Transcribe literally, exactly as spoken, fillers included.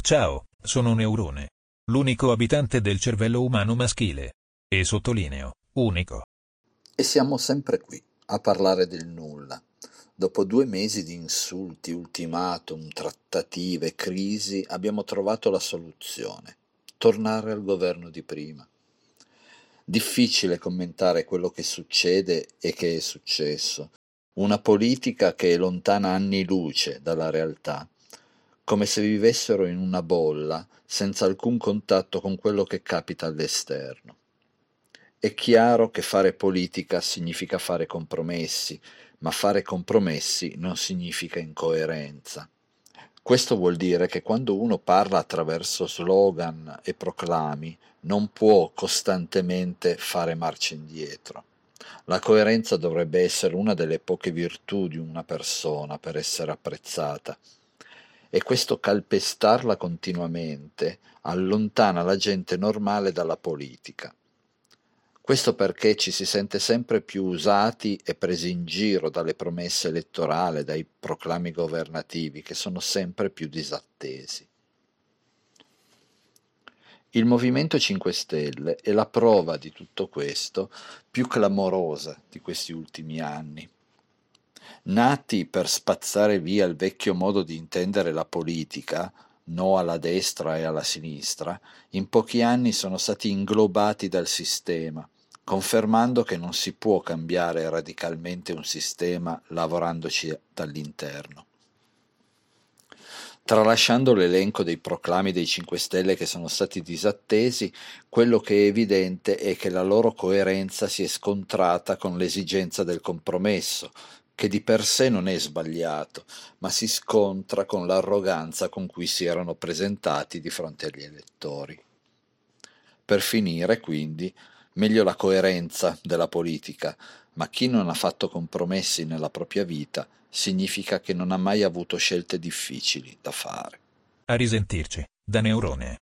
Ciao, sono Neurone. L'unico abitante del cervello umano maschile. E sottolineo, unico. E siamo sempre qui, a parlare del nulla. Dopo due mesi di insulti, ultimatum, trattative, crisi, abbiamo trovato la soluzione. Tornare al governo di prima. Difficile commentare quello che succede e che è successo. Una politica che è lontana anni luce dalla realtà, come se vivessero in una bolla, senza alcun contatto con quello che capita all'esterno. È chiaro che fare politica significa fare compromessi, ma fare compromessi non significa incoerenza. Questo vuol dire che quando uno parla attraverso slogan e proclami, non può costantemente fare marcia indietro. La coerenza dovrebbe essere una delle poche virtù di una persona per essere apprezzata. E questo calpestarla continuamente allontana la gente normale dalla politica. Questo perché ci si sente sempre più usati e presi in giro dalle promesse elettorali, dai proclami governativi, che sono sempre più disattesi. Il Movimento cinque Stelle è la prova di tutto questo più clamorosa di questi ultimi anni. Nati per spazzare via il vecchio modo di intendere la politica, no alla destra e alla sinistra, in pochi anni sono stati inglobati dal sistema, confermando che non si può cambiare radicalmente un sistema lavorandoci dall'interno. Tralasciando l'elenco dei proclami dei cinque Stelle che sono stati disattesi, quello che è evidente è che la loro coerenza si è scontrata con l'esigenza del compromesso, che di per sé non è sbagliato, ma si scontra con l'arroganza con cui si erano presentati di fronte agli elettori. Per finire, quindi, meglio la coerenza della politica, ma chi non ha fatto compromessi nella propria vita significa che non ha mai avuto scelte difficili da fare. A risentirci, da Neurone.